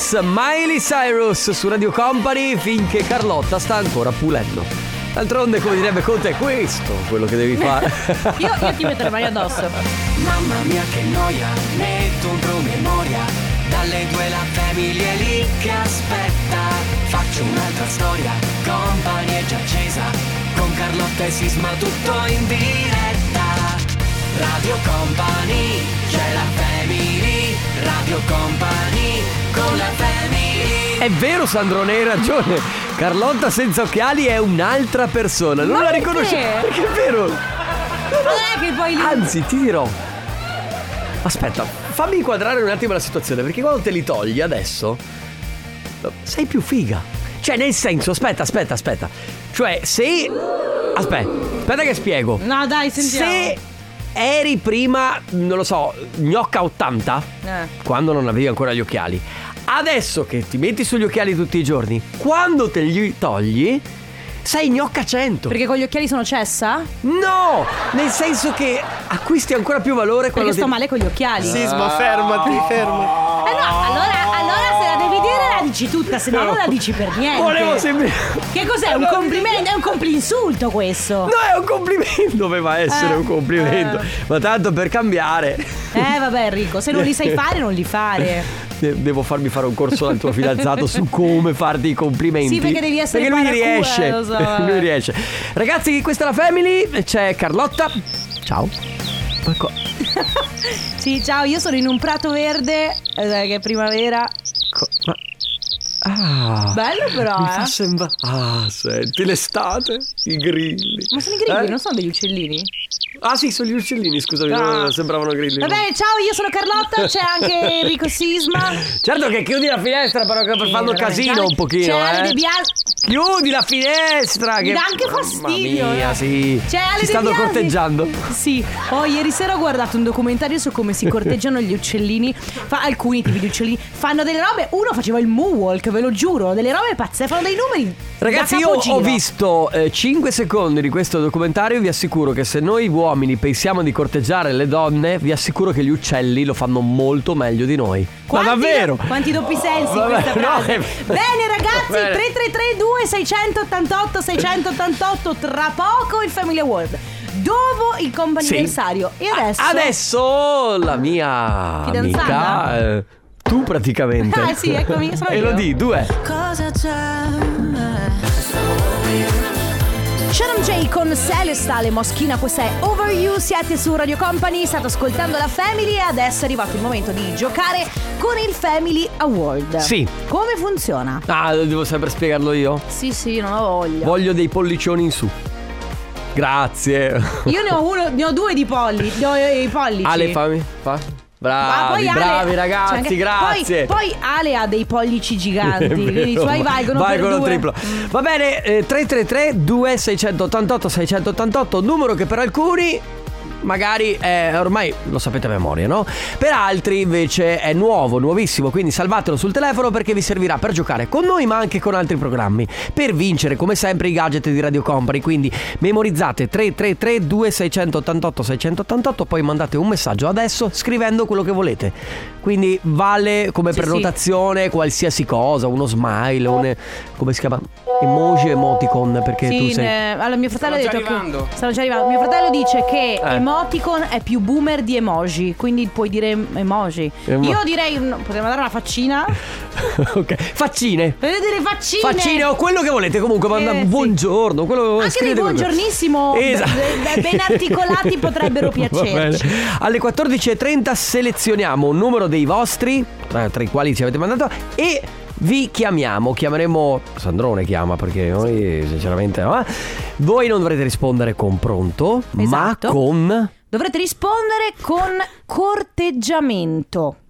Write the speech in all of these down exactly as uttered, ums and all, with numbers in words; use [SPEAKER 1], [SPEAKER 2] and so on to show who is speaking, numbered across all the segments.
[SPEAKER 1] Kiss, Miley Cyrus su Radio Company finché Carlotta sta ancora pulendo. D'altronde, come direbbe Conte, è questo quello che devi fare.
[SPEAKER 2] io, io ti metto le mani addosso.
[SPEAKER 3] Mamma mia che noia, metto un promemoria. Dalle due la famiglia è lì che aspetta. Faccio un'altra storia, Company è già accesa. Con Carlotta e Sisma tutto in diretta. Radio Company, c'è la family. Radio Company, con la family.
[SPEAKER 1] È vero, Sandrone, hai ragione. Carlotta senza occhiali è un'altra persona. Non
[SPEAKER 2] Ma
[SPEAKER 1] la
[SPEAKER 2] perché?
[SPEAKER 1] riconosci. Perché è vero.
[SPEAKER 2] Non è che poi lì...
[SPEAKER 1] Anzi, ti dirò. Aspetta, fammi inquadrare un attimo la situazione, perché quando te li togli adesso sei più figa. Cioè, nel senso, aspetta, aspetta, aspetta. Cioè, se... Aspetta, aspetta che spiego.
[SPEAKER 2] No, dai, sentiamo.
[SPEAKER 1] Se eri prima, non lo so, gnocca ottanta,
[SPEAKER 2] Eh.
[SPEAKER 1] quando non avevi ancora gli occhiali, adesso che ti metti sugli occhiali tutti i giorni, quando te li togli sei gnocca cento.
[SPEAKER 2] Perché con gli occhiali sono cessa?
[SPEAKER 1] No, nel senso che acquisti ancora più valore quando
[SPEAKER 2] Perché sto
[SPEAKER 1] ti...
[SPEAKER 2] male con gli occhiali.
[SPEAKER 4] Sisma, fermati, fermati.
[SPEAKER 2] Eh no, allora, allora se la devi dire la dici tutta, se no non la dici per niente.
[SPEAKER 1] Volevo sempre...
[SPEAKER 2] Che cos'è? Un complimento? È un complinsulto questo.
[SPEAKER 1] No, è un complimento. Doveva essere
[SPEAKER 2] Eh,
[SPEAKER 1] un complimento.
[SPEAKER 2] eh.
[SPEAKER 1] Ma tanto per cambiare.
[SPEAKER 2] Eh vabbè Enrico, se non li sai fare non li fare.
[SPEAKER 1] Devo farmi fare un corso dal tuo fidanzato su come farti i complimenti.
[SPEAKER 2] Sì, perché devi essere
[SPEAKER 1] Perché lui
[SPEAKER 2] paracula,
[SPEAKER 1] riesce.
[SPEAKER 2] lo so, vabbè.
[SPEAKER 1] Lui riesce. Ragazzi, questa è la Family. C'è Carlotta. Ciao. Ecco.
[SPEAKER 2] Sì, ciao, io sono in un prato verde, eh, che è primavera.
[SPEAKER 1] Co- Ma... Ah,
[SPEAKER 2] Bello però,
[SPEAKER 1] mi
[SPEAKER 2] eh.
[SPEAKER 1] fa sembrare. Ah, senti l'estate, i grilli.
[SPEAKER 2] Ma sono i grilli,
[SPEAKER 1] Eh?
[SPEAKER 2] non sono degli uccellini?
[SPEAKER 1] Ah sì, sono gli uccellini, scusami,
[SPEAKER 2] Ah.
[SPEAKER 1] no, sembravano grilli.
[SPEAKER 2] Va bene, ciao, io sono Carlotta, c'è anche Enrico Sisma.
[SPEAKER 1] Certo che chiudi la finestra, però che
[SPEAKER 2] Sì,
[SPEAKER 1] fanno
[SPEAKER 2] veramente.
[SPEAKER 1] casino un pochino,
[SPEAKER 2] C'è Ale
[SPEAKER 1] eh.
[SPEAKER 2] De Biasi.
[SPEAKER 1] Chiudi la finestra.
[SPEAKER 2] Mi
[SPEAKER 1] che...
[SPEAKER 2] dà anche fastidio,
[SPEAKER 1] Mamma mia,
[SPEAKER 2] eh.
[SPEAKER 1] sì.
[SPEAKER 2] C'è Ale
[SPEAKER 1] Ci
[SPEAKER 2] De
[SPEAKER 1] stanno
[SPEAKER 2] Biasi.
[SPEAKER 1] corteggiando.
[SPEAKER 2] Sì, oh, ieri sera ho guardato un documentario su come si corteggiano gli uccellini. Fa, alcuni tipi di uccellini fanno delle robe. Uno faceva il moonwalk, ve lo giuro, delle robe pazze, fanno dei numeri.
[SPEAKER 1] Ragazzi,
[SPEAKER 2] da
[SPEAKER 1] io
[SPEAKER 2] capogiro.
[SPEAKER 1] ho visto eh, cinque secondi di questo documentario. Vi assicuro che se noi uomini pensiamo di corteggiare le donne, vi assicuro che gli uccelli lo fanno molto meglio di noi.
[SPEAKER 2] Quanti,
[SPEAKER 1] Ma davvero?
[SPEAKER 2] Quanti doppi sensi in
[SPEAKER 1] Vabbè,
[SPEAKER 2] questa
[SPEAKER 1] no,
[SPEAKER 2] frase.
[SPEAKER 1] è-
[SPEAKER 2] Bene ragazzi,
[SPEAKER 1] Bene.
[SPEAKER 2] tre tre tre due sei otto otto sei otto otto. Tra poco il Family Award, dopo il comp'anniversario.
[SPEAKER 1] Sì.
[SPEAKER 2] E adesso
[SPEAKER 1] A- Adesso la mia
[SPEAKER 2] Fidanzata?
[SPEAKER 1] amica eh, tu praticamente.
[SPEAKER 2] Ah sì, eccomi, sono io.
[SPEAKER 1] Elodie, due.
[SPEAKER 2] Cosa c'è? Sharon J con Celestale Moschina, questa è Over You, siete su Radio Company, state ascoltando la Family e adesso è arrivato il momento di giocare con il Family Award.
[SPEAKER 1] Sì.
[SPEAKER 2] Come funziona?
[SPEAKER 1] Ah, devo sempre spiegarlo io?
[SPEAKER 2] Sì sì, non ho voglia.
[SPEAKER 1] Voglio dei pollicioni in su. Grazie.
[SPEAKER 2] Io ne ho uno, ne ho due di polli, ne ho i pollici.
[SPEAKER 1] Ale, fammi. Fa.
[SPEAKER 2] Ma
[SPEAKER 1] Bravi,
[SPEAKER 2] poi Ale-
[SPEAKER 1] bravi ragazzi,
[SPEAKER 2] cioè anche-
[SPEAKER 1] grazie.
[SPEAKER 2] Poi, poi Ale ha dei pollici giganti,
[SPEAKER 1] È
[SPEAKER 2] quindi i
[SPEAKER 1] vero,
[SPEAKER 2] suoi
[SPEAKER 1] ma-
[SPEAKER 2] valgono,
[SPEAKER 1] valgono
[SPEAKER 2] per
[SPEAKER 1] triplo.
[SPEAKER 2] due.
[SPEAKER 1] Va bene, eh, tre tre tre due sei otto otto sei otto otto, numero che per alcuni magari è, ormai lo sapete a memoria, no? Per altri invece è nuovo, nuovissimo, quindi salvatelo sul telefono perché vi servirà per giocare con noi ma anche con altri programmi, per vincere come sempre i gadget di Radio Company. Quindi memorizzate tre tre tre due sei otto otto sei otto otto, poi mandate un messaggio adesso scrivendo quello che volete. Quindi vale come
[SPEAKER 2] Sì,
[SPEAKER 1] prenotazione qualsiasi cosa, uno smile, un, come si chiama? Emoji, emoticon, perché
[SPEAKER 2] Sì,
[SPEAKER 1] tu sei...
[SPEAKER 2] ne- allora mio fratello
[SPEAKER 4] Stanno
[SPEAKER 2] ha
[SPEAKER 4] già
[SPEAKER 2] detto
[SPEAKER 4] arrivando.
[SPEAKER 2] che stanno già arrivando. Mio fratello dice che
[SPEAKER 1] Eh.
[SPEAKER 2] emoticon è più boomer di emoji, quindi puoi dire em- emoji.
[SPEAKER 1] Emo-
[SPEAKER 2] Io direi no, potremmo dare una faccina.
[SPEAKER 1] Ok, faccine.
[SPEAKER 2] Potete dire faccine.
[SPEAKER 1] Faccine o quello che volete, comunque manda
[SPEAKER 2] Eh, sì.
[SPEAKER 1] buongiorno, quello
[SPEAKER 2] Anche dei
[SPEAKER 1] scrivete quello.
[SPEAKER 2] buongiornissimo
[SPEAKER 1] Esatto.
[SPEAKER 2] be- be- ben articolati potrebbero
[SPEAKER 1] Va bene.
[SPEAKER 2] piacerci.
[SPEAKER 1] Alle quattordici e trenta selezioniamo un numero dei vostri, tra, tra i quali ci avete mandato, e vi chiamiamo. Chiameremo Sandrone, chiama, perché noi sinceramente no, eh. Voi non dovrete rispondere con pronto,
[SPEAKER 2] Esatto.
[SPEAKER 1] ma con...
[SPEAKER 2] Dovrete rispondere con corteggiamento.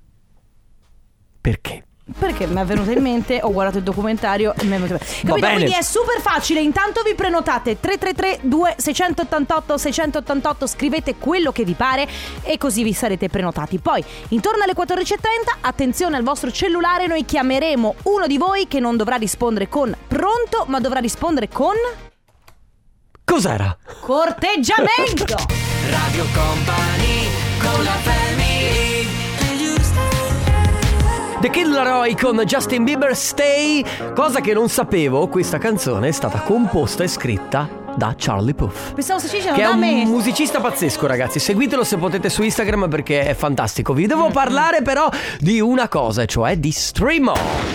[SPEAKER 1] Perché?
[SPEAKER 2] Perché mi è venuto in mente, ho guardato il documentario e mi è venuto in mente. Capito?
[SPEAKER 1] bene.
[SPEAKER 2] Quindi è super facile. Intanto vi prenotate tre tre tre due sei otto otto sei otto otto, scrivete quello che vi pare e così vi sarete prenotati. Poi intorno alle quattordici e trenta, attenzione al vostro cellulare, noi chiameremo uno di voi che non dovrà rispondere con pronto, ma dovrà rispondere con
[SPEAKER 1] Cos'era?
[SPEAKER 2] corteggiamento.
[SPEAKER 3] Radio Company con la family.
[SPEAKER 1] The Kid Laroi con Justin Bieber Stay. Cosa che non sapevo, questa canzone è stata composta e scritta da Charlie Puth,
[SPEAKER 2] Pensavo se ci dicevano
[SPEAKER 1] che è
[SPEAKER 2] da
[SPEAKER 1] un
[SPEAKER 2] me.
[SPEAKER 1] musicista pazzesco, ragazzi. Seguitelo se potete su Instagram perché è fantastico. Vi devo parlare però di una cosa, cioè di Streamo.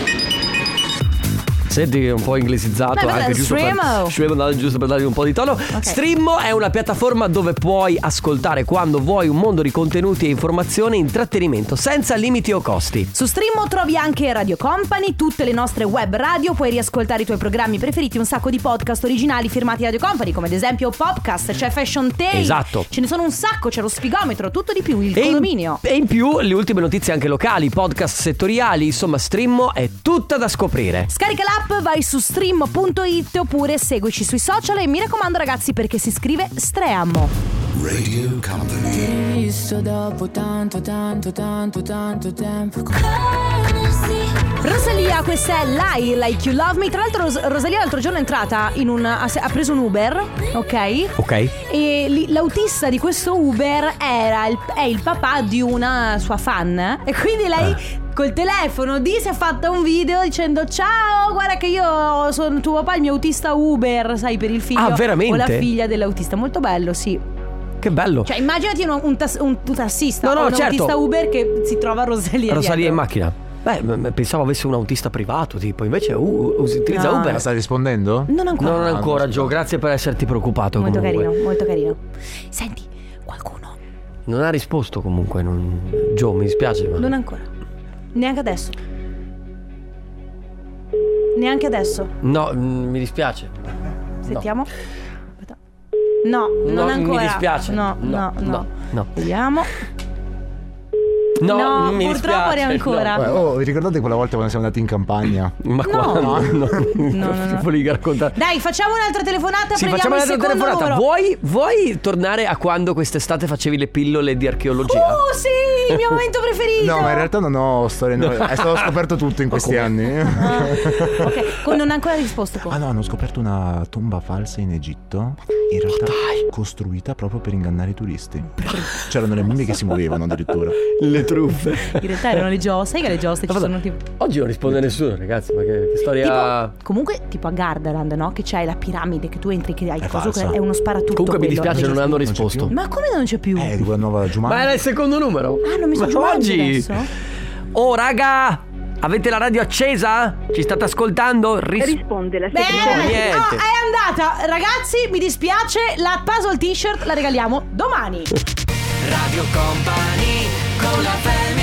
[SPEAKER 1] Senti, un po' inglesizzato.
[SPEAKER 2] Beh,
[SPEAKER 1] anche giusto
[SPEAKER 2] Streamo.
[SPEAKER 1] per, Streamo, giusto per dargli un po' di tono.
[SPEAKER 2] Ok.
[SPEAKER 1] Streamo è una piattaforma dove puoi ascoltare quando vuoi un mondo di contenuti e informazioni e intrattenimento senza limiti o costi.
[SPEAKER 2] Su Streamo trovi anche Radio Company, tutte le nostre web radio, puoi riascoltare i tuoi programmi preferiti, un sacco di podcast originali firmati Radio Company, come ad esempio Popcast, c'è Fashion Day.
[SPEAKER 1] Esatto.
[SPEAKER 2] Ce ne sono un sacco, c'è lo spigometro, tutto di più, il
[SPEAKER 1] E in,
[SPEAKER 2] condominio.
[SPEAKER 1] e in più le ultime notizie anche locali, podcast settoriali, insomma Streamo è tutta da scoprire.
[SPEAKER 2] Scarica l'app, vai su stream punto it oppure seguici sui social e mi raccomando ragazzi perché si scrive Streamo.
[SPEAKER 5] Radio Company.
[SPEAKER 6] Visto dopo tanto, tanto, tanto, tanto tempo.
[SPEAKER 2] Rosalia, questa è Lie Like You Love Me. Tra l'altro Ros- Rosalia l'altro giorno è entrata in un ha, ha preso un Uber, ok?
[SPEAKER 1] Ok.
[SPEAKER 2] E lì, l'autista di questo Uber era il, è il papà di una sua fan. E quindi lei col telefono di si è fatta un video dicendo: ciao, guarda che io sono tuo papà, il mio autista Uber, sai, per il figlio
[SPEAKER 1] Ah, veramente?
[SPEAKER 2] o la figlia dell'autista. Molto bello, sì.
[SPEAKER 1] Che bello.
[SPEAKER 2] Cioè immaginati un, un, tas- un, un tassista
[SPEAKER 1] No, no,
[SPEAKER 2] o un
[SPEAKER 1] certo.
[SPEAKER 2] autista Uber che si trova Rosalia
[SPEAKER 1] Rosalia in
[SPEAKER 2] dietro.
[SPEAKER 1] macchina. Beh, m- m- pensavo avesse un autista privato, tipo, invece uh, us- utilizza
[SPEAKER 2] No.
[SPEAKER 1] Uber.
[SPEAKER 4] Ma stai rispondendo?
[SPEAKER 2] Non ancora.
[SPEAKER 1] No, non ancora, Gio, grazie per esserti preoccupato.
[SPEAKER 2] Molto
[SPEAKER 1] comunque.
[SPEAKER 2] carino, molto carino. Senti, qualcuno?
[SPEAKER 1] Non ha risposto comunque, non... Gio, mi dispiace, ma...
[SPEAKER 2] Non ancora. Neanche adesso. Neanche adesso.
[SPEAKER 1] No, mm, mi dispiace.
[SPEAKER 2] Sentiamo. Aspetta. No, non
[SPEAKER 1] No,
[SPEAKER 2] ancora.
[SPEAKER 1] mi dispiace.
[SPEAKER 2] No, no,
[SPEAKER 1] No,
[SPEAKER 2] no.
[SPEAKER 1] no, no.
[SPEAKER 2] Vediamo.
[SPEAKER 1] No,
[SPEAKER 2] No,
[SPEAKER 1] mi
[SPEAKER 2] purtroppo
[SPEAKER 1] dispiace,
[SPEAKER 2] neancora.
[SPEAKER 1] no.
[SPEAKER 4] Eh, oh, vi ricordate quella volta quando siamo andati in campagna?
[SPEAKER 1] Ma
[SPEAKER 2] No.
[SPEAKER 1] quando? No,
[SPEAKER 2] no, no.
[SPEAKER 1] volevi raccontare.
[SPEAKER 2] Dai, facciamo un'altra telefonata.
[SPEAKER 1] Sì,
[SPEAKER 2] prendiamo
[SPEAKER 1] facciamo
[SPEAKER 2] il
[SPEAKER 1] un'altra
[SPEAKER 2] secondo
[SPEAKER 1] telefonata.
[SPEAKER 2] numero.
[SPEAKER 1] Vuoi, vuoi tornare a quando quest'estate facevi le pillole di archeologia?
[SPEAKER 2] Oh sì, il mio momento preferito.
[SPEAKER 4] No, ma in realtà non ho storie. No. È stato scoperto tutto in questi anni.
[SPEAKER 2] Ah, ok, con- non ha ancora risposto con.
[SPEAKER 4] Ah no, hanno scoperto una tomba falsa in Egitto. In realtà costruita proprio per ingannare i turisti. C'erano le mummie che si muovevano addirittura.
[SPEAKER 1] Le truffe.
[SPEAKER 2] In realtà erano le giostre. Sai che le giostre ci
[SPEAKER 1] Ma
[SPEAKER 2] sono tipo.
[SPEAKER 1] Oggi non risponde nessuno, ragazzi, ma che, che storia.
[SPEAKER 2] Tipo, comunque, tipo a Gardaland, no? Che c'hai la piramide che tu entri, che hai
[SPEAKER 4] È
[SPEAKER 2] coso,
[SPEAKER 4] falsa.
[SPEAKER 2] che è uno sparatutto.
[SPEAKER 1] Comunque mi
[SPEAKER 2] quello.
[SPEAKER 1] dispiace, non hanno
[SPEAKER 4] c'è
[SPEAKER 1] risposto.
[SPEAKER 4] più.
[SPEAKER 2] Ma come non c'è più?
[SPEAKER 4] Eh, di quella nuova Jumanji.
[SPEAKER 1] Ma era il secondo numero.
[SPEAKER 2] Ah, non mi sono
[SPEAKER 1] Ma
[SPEAKER 2] Jumanji
[SPEAKER 1] oggi.
[SPEAKER 2] adesso?
[SPEAKER 1] Oh, raga, avete la radio accesa? Ci state ascoltando? Ris-
[SPEAKER 7] Risponde la
[SPEAKER 2] Beh,
[SPEAKER 7] segreteria.
[SPEAKER 1] niente.
[SPEAKER 2] no, è andata. Ragazzi, mi dispiace, la puzzle t-shirt la regaliamo domani.
[SPEAKER 3] Radio Company con la family.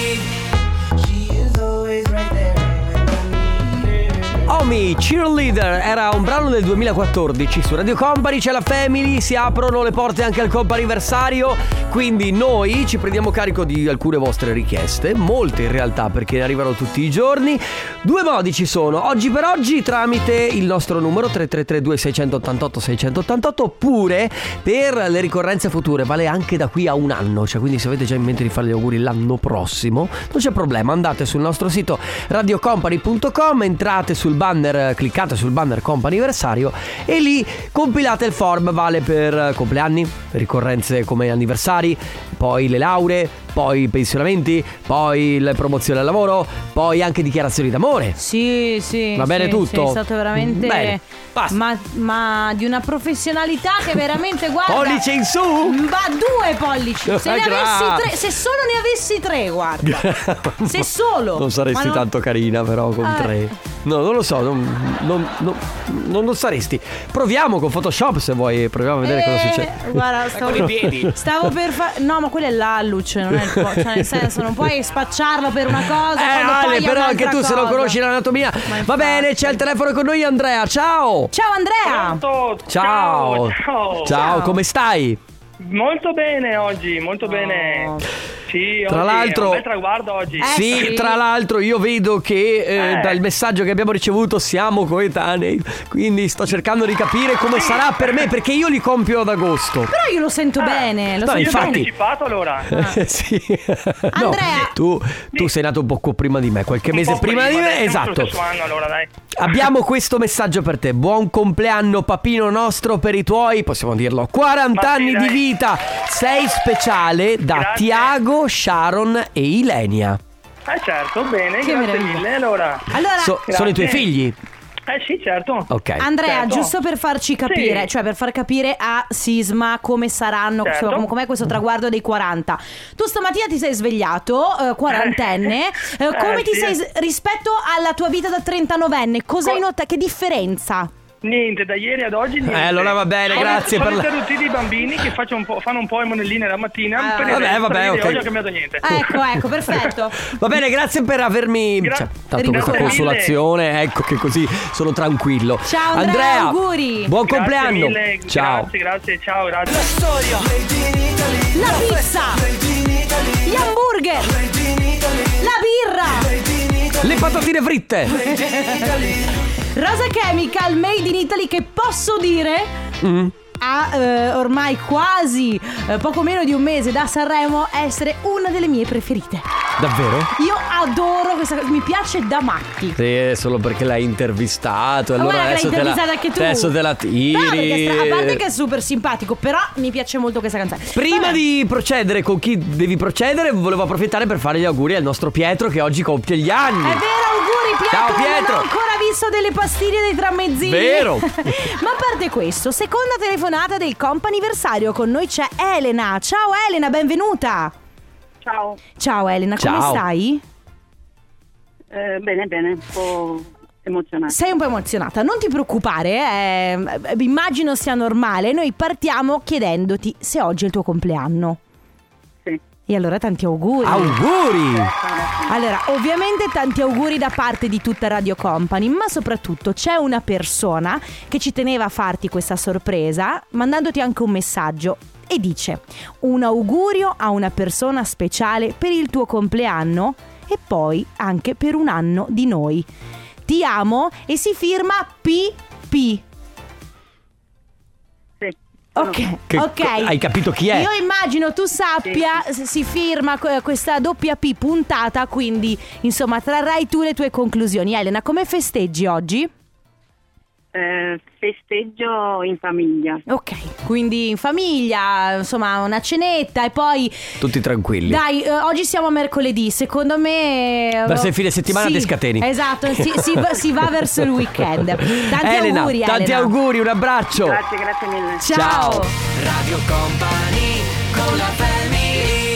[SPEAKER 1] Omi, Cheerleader era un brano del duemilaquattordici. Su Radio Company c'è la Family, si aprono le porte anche al comp'anniversario, quindi noi ci prendiamo carico di alcune vostre richieste, molte in realtà perché ne arrivano tutti i giorni. Due modi ci sono, oggi per oggi tramite il nostro numero tre tre tre due sei otto otto sei otto otto oppure per le ricorrenze future, vale anche da qui a un anno, cioè quindi se avete già in mente di fare gli auguri l'anno prossimo non c'è problema, andate sul nostro sito radio company punto com, entrate sul banner, cliccate sul banner comp'anniversario e lì compilate il form, vale per compleanni, ricorrenze come anniversari, poi le lauree, poi i pensionamenti, poi le promozioni al lavoro, poi anche dichiarazioni d'amore.
[SPEAKER 2] Sì, sì.
[SPEAKER 1] Va bene
[SPEAKER 2] sì,
[SPEAKER 1] tutto?
[SPEAKER 2] Sei stato veramente.
[SPEAKER 1] Bene, basta.
[SPEAKER 2] Ma, ma di una professionalità che veramente guarda.
[SPEAKER 1] Pollice in su!
[SPEAKER 2] Ma due pollici. Se ne
[SPEAKER 1] Grazie.
[SPEAKER 2] avessi tre, se solo ne avessi tre, guarda. Se solo.
[SPEAKER 1] Non saresti
[SPEAKER 2] Ma non-
[SPEAKER 1] tanto carina però con
[SPEAKER 2] Eh.
[SPEAKER 1] tre. No, non lo so, non, non, non, non lo saresti. Proviamo con Photoshop se vuoi, proviamo a vedere cosa
[SPEAKER 2] Eh,
[SPEAKER 1] succede.
[SPEAKER 2] Guarda, stavo,
[SPEAKER 1] Con i piedi.
[SPEAKER 2] stavo per fare. No, ma quello è l'alluce, non è il po'. Cioè, nel senso, non puoi spacciarlo per una cosa.
[SPEAKER 1] Eh
[SPEAKER 2] quando
[SPEAKER 1] Ale,
[SPEAKER 2] poi è
[SPEAKER 1] però anche
[SPEAKER 2] un'altra
[SPEAKER 1] tu se non
[SPEAKER 2] cosa.
[SPEAKER 1] conosci l'anatomia.
[SPEAKER 2] Ma
[SPEAKER 1] Va
[SPEAKER 2] infatti.
[SPEAKER 1] bene, c'è il telefono con noi Andrea, ciao.
[SPEAKER 2] Ciao Andrea.
[SPEAKER 8] Ciao,
[SPEAKER 1] Ciao.
[SPEAKER 8] ciao.
[SPEAKER 1] Ciao, come stai?
[SPEAKER 8] Molto bene oggi, molto bene. Sì,
[SPEAKER 1] Tra
[SPEAKER 8] oggi
[SPEAKER 1] l'altro-
[SPEAKER 8] è un bel traguardo oggi.
[SPEAKER 2] Eh,
[SPEAKER 1] sì,
[SPEAKER 2] sì.
[SPEAKER 1] tra l'altro io vedo che eh,
[SPEAKER 8] Eh.
[SPEAKER 1] dal messaggio che abbiamo ricevuto siamo coetanei, quindi sto cercando di capire come sarà per me perché io li compio ad agosto.
[SPEAKER 2] Però io lo sento bene. Lo
[SPEAKER 1] No,
[SPEAKER 2] sento
[SPEAKER 8] Io sono
[SPEAKER 1] infatti-
[SPEAKER 8] anticipato allora.
[SPEAKER 1] Eh, sì. No,
[SPEAKER 2] Andrea.
[SPEAKER 1] tu, tu sei nato un poco prima di me, qualche
[SPEAKER 8] Un
[SPEAKER 1] mese
[SPEAKER 8] po'
[SPEAKER 1] prima, di me,
[SPEAKER 8] dai, siamo
[SPEAKER 1] esatto.
[SPEAKER 8] sullo stesso anno, allora dai.
[SPEAKER 1] Abbiamo questo messaggio per te. Buon compleanno papino nostro per i tuoi, possiamo dirlo, quaranta
[SPEAKER 8] Ma sì,
[SPEAKER 1] anni
[SPEAKER 8] dai.
[SPEAKER 1] di vita. Sei speciale da
[SPEAKER 8] Grazie.
[SPEAKER 1] Tiago, Sharon e Ilenia.
[SPEAKER 8] Eh certo, bene,
[SPEAKER 2] Che
[SPEAKER 8] grazie
[SPEAKER 2] meraviglia.
[SPEAKER 8] mille. Allora,
[SPEAKER 2] Allora,
[SPEAKER 1] So- sono i tuoi figli?
[SPEAKER 8] eh sì, certo.
[SPEAKER 1] Ok.
[SPEAKER 2] Andrea,
[SPEAKER 8] certo.
[SPEAKER 2] giusto per farci capire,
[SPEAKER 8] Sì.
[SPEAKER 2] cioè per far capire a Sisma come saranno,
[SPEAKER 8] Certo.
[SPEAKER 2] insomma, com'è questo traguardo dei quaranta. Tu stamattina ti sei svegliato, eh, quarantenne, eh, come
[SPEAKER 8] Eh,
[SPEAKER 2] ti
[SPEAKER 8] sì.
[SPEAKER 2] sei rispetto alla tua vita da trentanovenne? Cosa
[SPEAKER 8] Co-
[SPEAKER 2] hai notato? Che differenza?
[SPEAKER 8] Niente, da ieri ad oggi niente.
[SPEAKER 1] Eh, allora va bene, grazie per
[SPEAKER 8] Solite
[SPEAKER 1] la...
[SPEAKER 8] routine dei bambini che faccio un po', fanno un po' le monelline la mattina.
[SPEAKER 2] Ah,
[SPEAKER 8] per il
[SPEAKER 1] vabbè,
[SPEAKER 8] resto,
[SPEAKER 1] vabbè,
[SPEAKER 8] per dire,
[SPEAKER 1] ok.
[SPEAKER 8] Oggi ho cambiato niente.
[SPEAKER 2] Ecco, ecco, perfetto.
[SPEAKER 1] Va bene, grazie per avermi...
[SPEAKER 8] Gra-
[SPEAKER 1] cioè, tanto
[SPEAKER 2] Grazie
[SPEAKER 1] questa
[SPEAKER 2] mille.
[SPEAKER 1] consolazione, ecco che così sono tranquillo.
[SPEAKER 2] Ciao, Andrea, auguri.
[SPEAKER 1] Buon
[SPEAKER 8] Grazie
[SPEAKER 1] compleanno.
[SPEAKER 8] mille,
[SPEAKER 1] Ciao.
[SPEAKER 8] Grazie, grazie, ciao, grazie.
[SPEAKER 2] La pizza, gli hamburger, la birra,
[SPEAKER 1] Le patatine fritte.
[SPEAKER 2] Rosa Chemical Made in Italy, che posso dire
[SPEAKER 1] Mm.
[SPEAKER 2] ha eh, ormai quasi eh, poco meno di un mese da Sanremo essere una delle mie preferite.
[SPEAKER 1] Davvero?
[SPEAKER 2] Io adoro questa cosa, mi piace da matti.
[SPEAKER 1] Sì, è solo perché l'hai intervistato. Allora
[SPEAKER 2] guarda che
[SPEAKER 1] adesso
[SPEAKER 2] l'hai
[SPEAKER 1] te la,
[SPEAKER 2] intervistata anche tu.
[SPEAKER 1] adesso te la tiri.
[SPEAKER 2] No, perché stra- a parte che è super simpatico, però mi piace molto questa canzone.
[SPEAKER 1] Prima
[SPEAKER 2] Vabbè.
[SPEAKER 1] di procedere con chi devi procedere, volevo approfittare per fare gli auguri al nostro Pietro che oggi compie gli anni.
[SPEAKER 2] È vero, auguri Pietro.
[SPEAKER 1] Ciao, Pietro.
[SPEAKER 2] Non ho ancora visto delle pastiglie dei tramezzini.
[SPEAKER 1] Vero.
[SPEAKER 2] Ma a parte questo, seconda telefonata del comp'anniversario. Con noi c'è Elena. Ciao Elena, benvenuta.
[SPEAKER 7] Ciao,
[SPEAKER 2] Ciao Elena, come
[SPEAKER 1] Ciao.
[SPEAKER 2] stai?
[SPEAKER 7] eh, bene bene, un po' emozionata.
[SPEAKER 2] Sei un po' emozionata, non ti preoccupare, eh, immagino sia normale. Noi partiamo chiedendoti se oggi è il tuo compleanno.
[SPEAKER 7] Sì.
[SPEAKER 2] E allora tanti auguri.
[SPEAKER 1] Auguri.
[SPEAKER 2] Allora, ovviamente tanti auguri da parte di tutta Radio Company, ma soprattutto c'è una persona che ci teneva a farti questa sorpresa, mandandoti anche un messaggio. E dice: un augurio a una persona speciale per il tuo compleanno e poi anche per un anno di noi. Ti amo, e si firma P P.
[SPEAKER 7] Sì.
[SPEAKER 2] Ok,
[SPEAKER 1] Che-
[SPEAKER 2] ok.
[SPEAKER 1] hai capito chi è?
[SPEAKER 2] Io immagino tu sappia, s- si firma que- questa doppia P puntata, quindi insomma trarrai tu le tue conclusioni. Elena, come festeggi oggi?
[SPEAKER 7] Eh, festeggio in famiglia.
[SPEAKER 2] Ok, quindi in famiglia, insomma una cenetta e poi...
[SPEAKER 1] Tutti tranquilli.
[SPEAKER 2] Dai, eh, oggi siamo a mercoledì, secondo me... eh,
[SPEAKER 1] Verso il fine settimana
[SPEAKER 2] sì,
[SPEAKER 1] ti scateni.
[SPEAKER 2] Esatto, si, si va, si va verso il weekend. Tanti
[SPEAKER 1] Elena,
[SPEAKER 2] auguri,
[SPEAKER 1] tanti
[SPEAKER 2] Elena.
[SPEAKER 1] auguri, un abbraccio.
[SPEAKER 7] Grazie, grazie mille.
[SPEAKER 2] Ciao.
[SPEAKER 1] Ciao.
[SPEAKER 3] Radio Company con la family.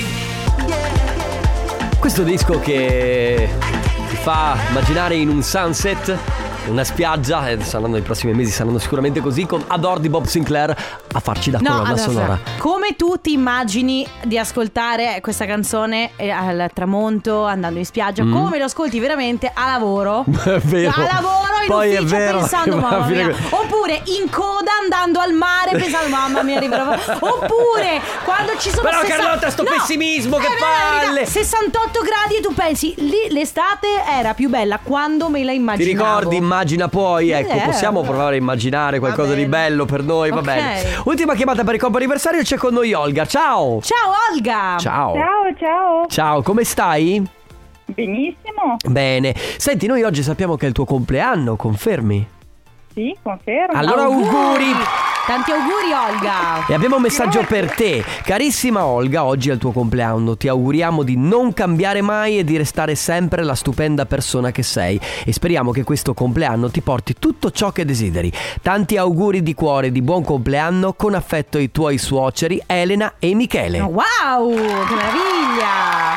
[SPEAKER 1] Questo disco che ti fa immaginare in un sunset, una spiaggia, e saranno i prossimi mesi saranno sicuramente così, con Adore di Bob Sinclair a farci da
[SPEAKER 2] No,
[SPEAKER 1] colonna
[SPEAKER 2] allora,
[SPEAKER 1] sonora.
[SPEAKER 2] come tu ti immagini di ascoltare questa canzone eh, al tramonto, andando in spiaggia?
[SPEAKER 1] Mm.
[SPEAKER 2] Come lo ascolti veramente a lavoro?
[SPEAKER 1] È vero.
[SPEAKER 2] A lavoro in
[SPEAKER 1] Poi è
[SPEAKER 2] ufficio
[SPEAKER 1] vero
[SPEAKER 2] pensando
[SPEAKER 1] che va a
[SPEAKER 2] mamma
[SPEAKER 1] finire
[SPEAKER 2] mia.
[SPEAKER 1] que-
[SPEAKER 2] Oppure in coda andando al mare pensando mamma mia arriverò. Oppure quando ci sono
[SPEAKER 1] Però,
[SPEAKER 2] sessa-
[SPEAKER 1] Carlotta, sto pessimismo,
[SPEAKER 2] è
[SPEAKER 1] che
[SPEAKER 2] vero, la verità,
[SPEAKER 1] palle.
[SPEAKER 2] sessantotto gradi e tu pensi lì l'estate era più bella quando me la
[SPEAKER 1] Ti
[SPEAKER 2] immaginavo.
[SPEAKER 1] ricordi? Immagina poi, ecco,
[SPEAKER 2] Eh,
[SPEAKER 1] possiamo
[SPEAKER 2] eh.
[SPEAKER 1] provare a immaginare qualcosa di
[SPEAKER 2] bene.
[SPEAKER 1] bello per noi, va
[SPEAKER 2] Ok.
[SPEAKER 1] bene. Ultima chiamata per il compo anniversario, c'è con noi Olga. Ciao.
[SPEAKER 2] Ciao Olga.
[SPEAKER 1] Ciao.
[SPEAKER 7] Ciao, ciao.
[SPEAKER 1] Ciao, come stai?
[SPEAKER 7] Benissimo.
[SPEAKER 1] Bene. Senti, noi oggi sappiamo che è il tuo compleanno, confermi?
[SPEAKER 7] Sì, confermo.
[SPEAKER 1] Allora auguri.
[SPEAKER 2] Tanti auguri Olga.
[SPEAKER 1] E abbiamo un messaggio per te. Carissima Olga, oggi è il tuo compleanno. Ti auguriamo di non cambiare mai e di restare sempre la stupenda persona che sei. E speriamo che questo compleanno ti porti tutto ciò che desideri. Tanti auguri di cuore di buon compleanno. Con affetto i tuoi suoceri Elena e Michele.
[SPEAKER 2] Wow, che meraviglia.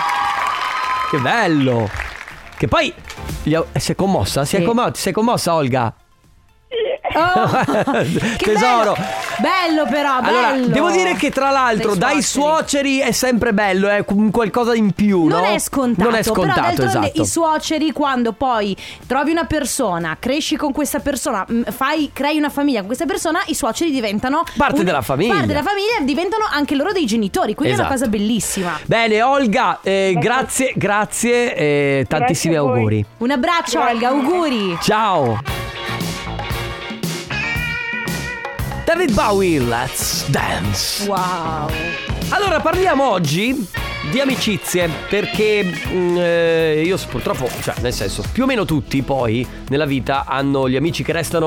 [SPEAKER 1] Che bello. Che poi gli au- si è commossa? Si è
[SPEAKER 2] Sì.
[SPEAKER 1] commo- ti sei commossa, Olga?
[SPEAKER 2] Oh, che
[SPEAKER 1] Tesoro.
[SPEAKER 2] bello. Bello però, bello.
[SPEAKER 1] Allora, devo dire che tra l'altro
[SPEAKER 2] Dai
[SPEAKER 1] dai
[SPEAKER 2] suoceri.
[SPEAKER 1] suoceri è sempre bello, è un qualcosa in più,
[SPEAKER 2] Non
[SPEAKER 1] no?
[SPEAKER 2] è scontato,
[SPEAKER 1] Non è scontato,
[SPEAKER 2] però d'altronde
[SPEAKER 1] esatto.
[SPEAKER 2] i suoceri, quando poi trovi una persona, cresci con questa persona, mh, fai, crei una famiglia con questa persona, i suoceri diventano
[SPEAKER 1] Parte della famiglia.
[SPEAKER 2] Parte della famiglia e diventano anche loro dei genitori, quindi è
[SPEAKER 1] Esatto.
[SPEAKER 2] una cosa bellissima.
[SPEAKER 1] Bene, Olga, eh, grazie, grazie e tantissimi
[SPEAKER 7] Grazie a voi.
[SPEAKER 1] auguri.
[SPEAKER 2] Un abbraccio
[SPEAKER 7] Grazie.
[SPEAKER 2] Olga, auguri.
[SPEAKER 1] Ciao. David Bowie, Let's Dance.
[SPEAKER 2] Wow.
[SPEAKER 1] Allora, parliamo oggi di amicizie, perché mm, eh, io purtroppo, cioè nel senso, più o meno tutti poi nella vita hanno gli amici che restano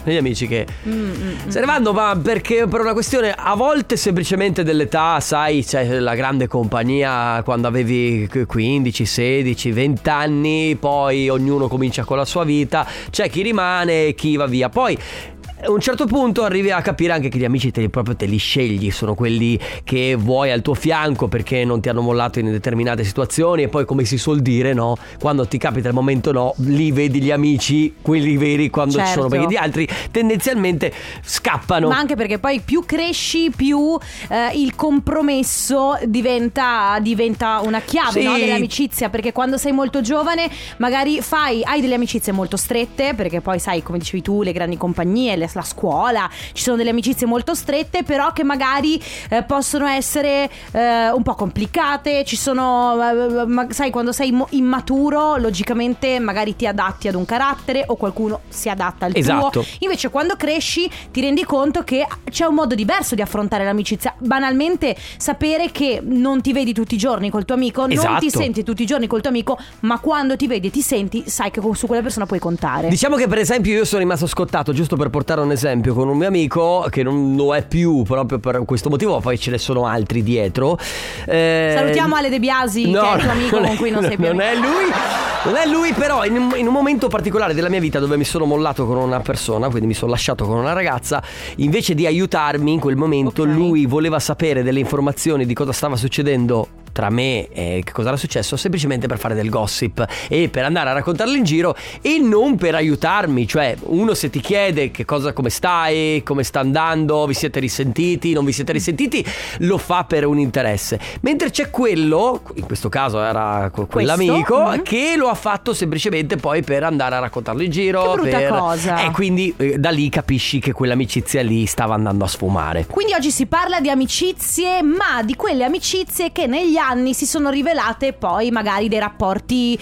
[SPEAKER 1] degli amici che
[SPEAKER 2] mm, mm,
[SPEAKER 1] se ne vanno, ma perché per una questione a volte semplicemente dell'età, sai, c'è la grande compagnia quando avevi quindici, sedici, venti anni, poi ognuno comincia con la sua vita, c'è chi rimane e chi va via. Poi a un certo punto arrivi a capire anche che gli amici te li, proprio te li scegli, sono quelli che vuoi al tuo fianco perché non ti hanno mollato in determinate situazioni, e poi, come si suol dire, no, quando ti capita il momento no, lì vedi gli amici, quelli veri, quando
[SPEAKER 2] certo.
[SPEAKER 1] ci sono, perché gli altri tendenzialmente scappano.
[SPEAKER 2] Ma anche perché poi più cresci, più eh, il compromesso diventa, diventa una chiave,
[SPEAKER 1] sì.
[SPEAKER 2] no, dell'amicizia, perché quando sei molto giovane magari fai hai delle amicizie molto strette, perché poi sai, come dicevi tu, le grandi compagnie, le la scuola, ci sono delle amicizie molto strette, però che magari eh, possono essere eh, un po' complicate. Ci sono eh, ma, sai, quando sei mo- immaturo, logicamente magari ti adatti ad un carattere o qualcuno si adatta al
[SPEAKER 1] esatto.
[SPEAKER 2] tuo. Invece quando cresci ti rendi conto che c'è un modo diverso di affrontare l'amicizia. Banalmente sapere che non ti vedi tutti i giorni col tuo amico,
[SPEAKER 1] esatto.
[SPEAKER 2] non ti senti tutti i giorni col tuo amico, ma quando ti vedi e ti senti, sai che su quella persona puoi contare.
[SPEAKER 1] Diciamo che per esempio io sono rimasto scottato, giusto per portare un esempio, con un mio amico che non lo è più proprio per questo motivo, poi ce ne sono altri dietro. eh,
[SPEAKER 2] Salutiamo Ale De Biasi,
[SPEAKER 1] no,
[SPEAKER 2] che è il tuo amico
[SPEAKER 1] non
[SPEAKER 2] con
[SPEAKER 1] è,
[SPEAKER 2] cui non sei più
[SPEAKER 1] non
[SPEAKER 2] amico.
[SPEAKER 1] è lui, non è lui, però in un, in un momento particolare della mia vita dove mi sono mollato con una persona, quindi mi sono lasciato con una ragazza, invece di aiutarmi in quel momento,
[SPEAKER 2] Ok.
[SPEAKER 1] lui voleva sapere delle informazioni di cosa stava succedendo tra me e che cosa era successo, semplicemente per fare del gossip e per andare a raccontarlo in giro, e non per aiutarmi. Cioè, uno se ti chiede che cosa, come stai, come sta andando, vi siete risentiti, non vi siete risentiti, lo fa per un interesse. Mentre c'è quello, in questo caso era quell'amico,
[SPEAKER 2] mm-hmm.
[SPEAKER 1] che lo ha fatto semplicemente poi per andare a raccontarlo in giro.
[SPEAKER 2] Che brutta
[SPEAKER 1] per...
[SPEAKER 2] cosa.
[SPEAKER 1] E quindi eh, da lì capisci che quell'amicizia lì stava andando a sfumare.
[SPEAKER 2] Quindi oggi si parla di amicizie, ma di quelle amicizie che negli anni si sono rivelate poi magari dei rapporti